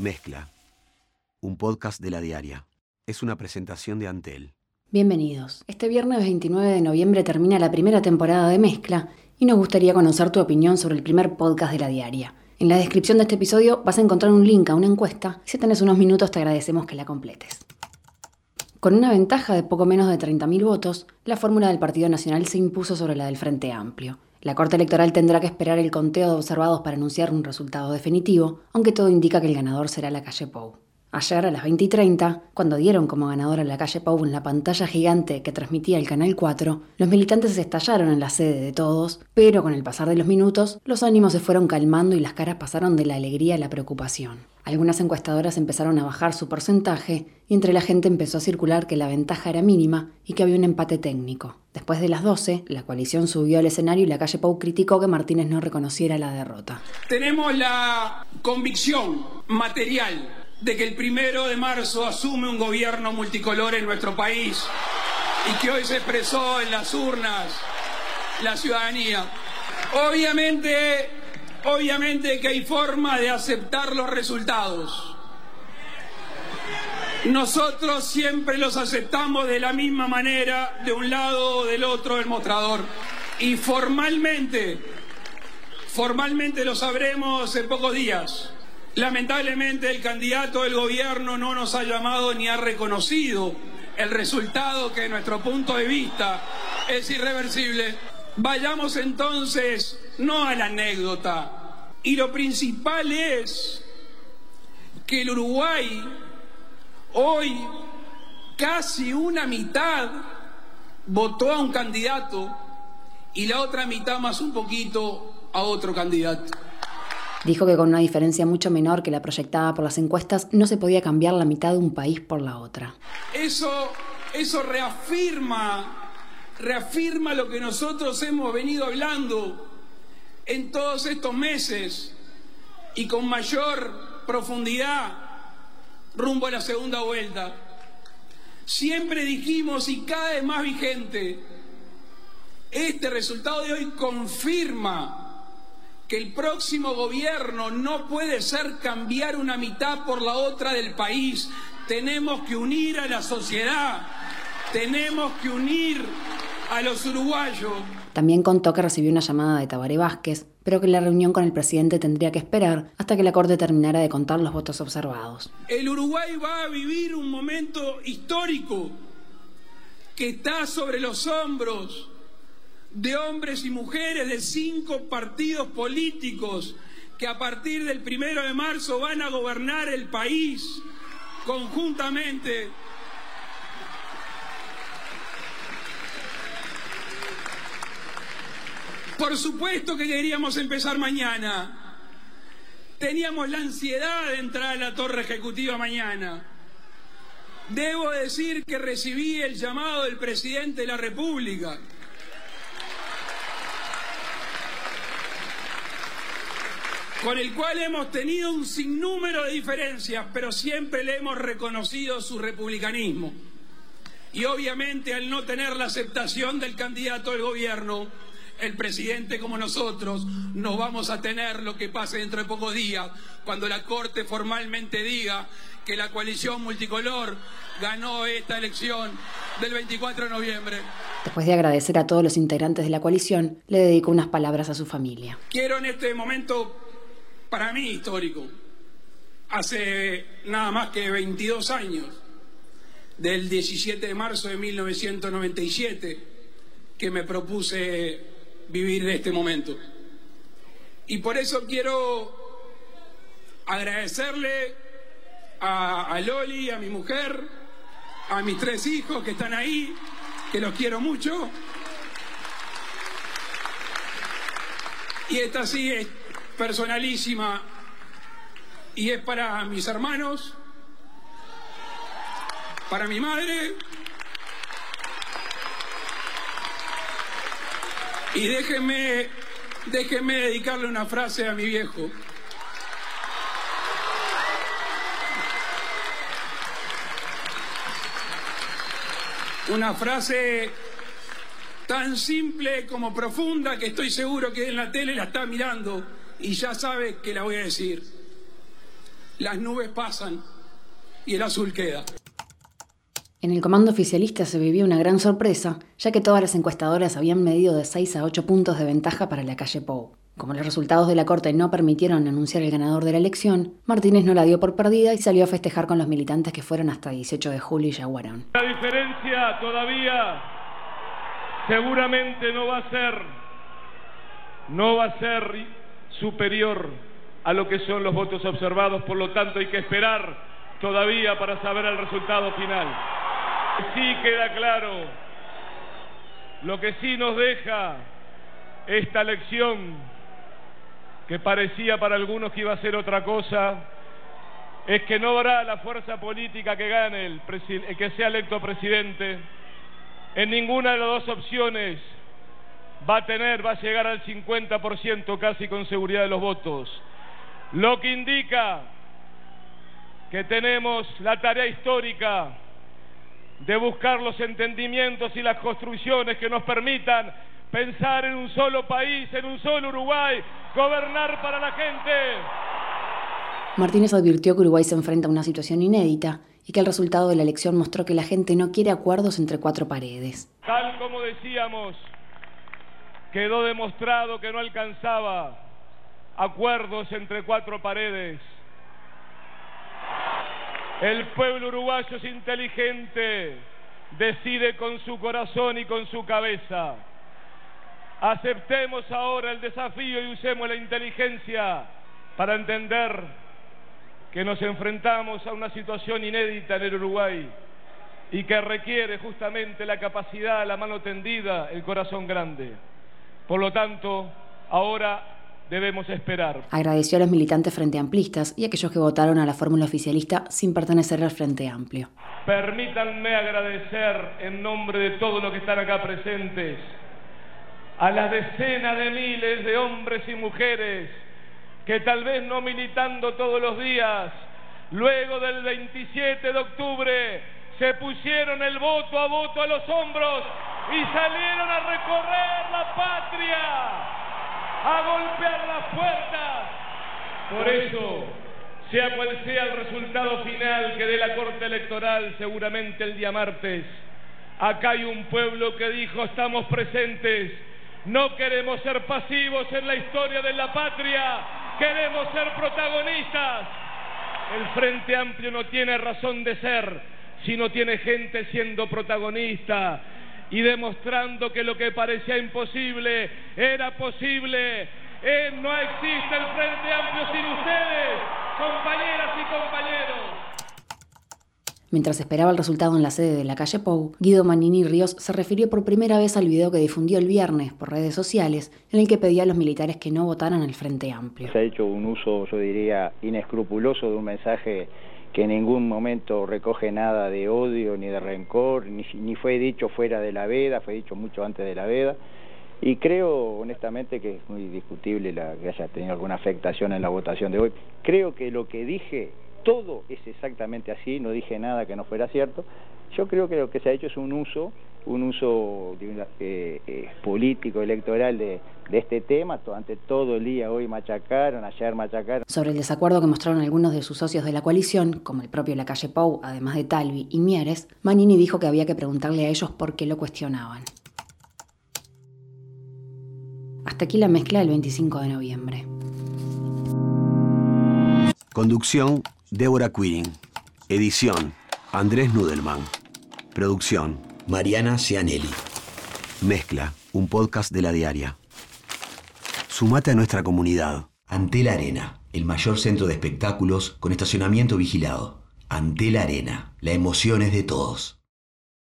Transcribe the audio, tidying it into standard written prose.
Mezcla, un podcast de La Diaria. Es una presentación de Antel. Bienvenidos. Este viernes 29 de noviembre termina la primera temporada de Mezcla y nos gustaría conocer tu opinión sobre el primer podcast de La Diaria. En la descripción de este episodio vas a encontrar un link a una encuesta y si tenés unos minutos te agradecemos que la completes. Con una ventaja de poco menos de 30.000 votos, la fórmula del Partido Nacional se impuso sobre la del Frente Amplio. La Corte Electoral tendrá que esperar el conteo de observados para anunciar un resultado definitivo, aunque todo indica que el ganador será la calle Pou. Ayer a las 20:30, cuando dieron como ganadora la calle Pou en la pantalla gigante que transmitía el Canal 4, los militantes se estallaron en la sede de todos, pero con el pasar de los minutos, los ánimos se fueron calmando y las caras pasaron de la alegría a la preocupación. Algunas encuestadoras empezaron a bajar su porcentaje y entre la gente empezó a circular que la ventaja era mínima y que había un empate técnico. Después de las 12, la coalición subió al escenario y la calle Pou criticó que Martínez no reconociera la derrota. Tenemos la convicción material de que el 1 de marzo asume un gobierno multicolor en nuestro país y que hoy se expresó en las urnas la ciudadanía. Obviamente que hay forma de aceptar los resultados. Nosotros siempre los aceptamos de la misma manera, de un lado o del otro del mostrador. Y formalmente lo sabremos en pocos días. Lamentablemente el candidato del gobierno no nos ha llamado ni ha reconocido el resultado que, de nuestro punto de vista, es irreversible. Vayamos entonces no a la anécdota. Y lo principal es que el Uruguay hoy casi una mitad votó a un candidato y la otra mitad más un poquito a otro candidato. Dijo que con una diferencia mucho menor que la proyectada por las encuestas no se podía cambiar la mitad de un país por la otra. Eso reafirma lo que nosotros hemos venido hablando en todos estos meses y con mayor profundidad rumbo a la segunda vuelta. Siempre dijimos, y cada vez más vigente, este resultado de hoy confirma que el próximo gobierno no puede ser cambiar una mitad por la otra del país. Tenemos que unir a la sociedad, tenemos que unir a los uruguayos. También contó que recibió una llamada de Tabaré Vázquez, pero que la reunión con el presidente tendría que esperar hasta que la Corte terminara de contar los votos observados. El Uruguay va a vivir un momento histórico que está sobre los hombros de hombres y mujeres de 5 partidos políticos que a partir del 1 de marzo van a gobernar el país conjuntamente. Por supuesto que queríamos empezar mañana. Teníamos la ansiedad de entrar a la torre ejecutiva mañana. Debo decir que recibí el llamado del presidente de la República. Con el cual hemos tenido un sinnúmero de diferencias, pero siempre le hemos reconocido su republicanismo. Y obviamente al no tener la aceptación del candidato del gobierno, el presidente como nosotros nos vamos a tener lo que pase dentro de pocos días, cuando la Corte formalmente diga que la coalición multicolor ganó esta elección del 24 de noviembre. Después de agradecer a todos los integrantes de la coalición, le dedicó unas palabras a su familia. Quiero en este momento, para mí histórico, hace nada más que 22 años, del 17 de marzo de 1997, que me propuse vivir este momento. Y por eso quiero agradecerle a Loli, a mi mujer, a mis 3 hijos que están ahí, que los quiero mucho. Y esta sí es personalísima y es para mis hermanos, para mi madre, y déjenme dedicarle una frase a mi viejo. Una frase tan simple como profunda que estoy seguro que en la tele la está mirando y ya sabe que la voy a decir. las nubes pasan y el azul queda. En el comando oficialista se vivió una gran sorpresa, ya que todas las encuestadoras habían medido de 6 a 8 puntos de ventaja para la calle Pou. Como los resultados de la corte no permitieron anunciar el ganador de la elección, Martínez no la dio por perdida y salió a festejar con los militantes que fueron hasta 18 de julio y yaguarón. La diferencia todavía seguramente no va a ser superior a lo que son los votos observados, por lo tanto hay que esperar todavía para saber el resultado final. Sí queda claro, lo que sí nos deja esta elección, que parecía para algunos que iba a ser otra cosa, es que no habrá la fuerza política que gane el que sea electo presidente. En ninguna de las dos opciones va a llegar al 50% casi con seguridad de los votos, lo que indica que tenemos la tarea histórica de buscar los entendimientos y las construcciones que nos permitan pensar en un solo país, en un solo Uruguay, gobernar para la gente. Martínez advirtió que Uruguay se enfrenta a una situación inédita y que el resultado de la elección mostró que la gente no quiere acuerdos entre cuatro paredes. Tal como decíamos, quedó demostrado que no alcanzaba acuerdos entre cuatro paredes. El pueblo uruguayo es inteligente, decide con su corazón y con su cabeza. Aceptemos ahora el desafío y usemos la inteligencia para entender que nos enfrentamos a una situación inédita en el Uruguay y que requiere justamente la capacidad, la mano tendida, el corazón grande. Por lo tanto, ahora debemos esperar. Agradeció a los militantes frente amplistas y a aquellos que votaron a la fórmula oficialista sin pertenecer al Frente Amplio. Permítanme agradecer en nombre de todos los que están acá presentes a las decenas de miles de hombres y mujeres que tal vez no militando todos los días, luego del 27 de octubre se pusieron el voto a los hombros y salieron a recorrer la patria, a golpear las puertas. Por eso, sea cual sea el resultado final que dé la Corte Electoral seguramente el día martes, acá hay un pueblo que dijo: estamos presentes, no queremos ser pasivos en la historia de la patria, queremos ser protagonistas. El Frente Amplio no tiene razón de ser si no tiene gente siendo protagonista y demostrando que lo que parecía imposible era posible. No existe el Frente Amplio sin ustedes, compañeras y compañeros. Mientras esperaba el resultado en la sede de la calle Pou, Guido Manini Ríos se refirió por primera vez al video que difundió el viernes por redes sociales, en el que pedía a los militares que no votaran al Frente Amplio. Se ha hecho un uso, yo diría, inescrupuloso de un mensaje que en ningún momento recoge nada de odio ni de rencor, ni fue dicho fuera de la veda, fue dicho mucho antes de la veda. Y creo honestamente que es muy discutible que haya tenido alguna afectación en la votación de hoy. Creo que lo que dije, todo es exactamente así, no dije nada que no fuera cierto. Yo creo que lo que se ha hecho es un uso político, electoral de este tema. Durante todo el día hoy machacaron, ayer machacaron. Sobre el desacuerdo que mostraron algunos de sus socios de la coalición, como el propio Lacalle Pou, además de Talvi y Mieres, Manini dijo que había que preguntarle a ellos por qué lo cuestionaban. Hasta aquí la mezcla del 25 de noviembre. Conducción: Débora Quirin. Edición: Andrés Nudelman. Producción: Mariana Cianelli. Mezcla: un podcast de La Diaria. Sumate a nuestra comunidad. Antel Arena, el mayor centro de espectáculos con estacionamiento vigilado. Antel Arena, la emoción es de todos.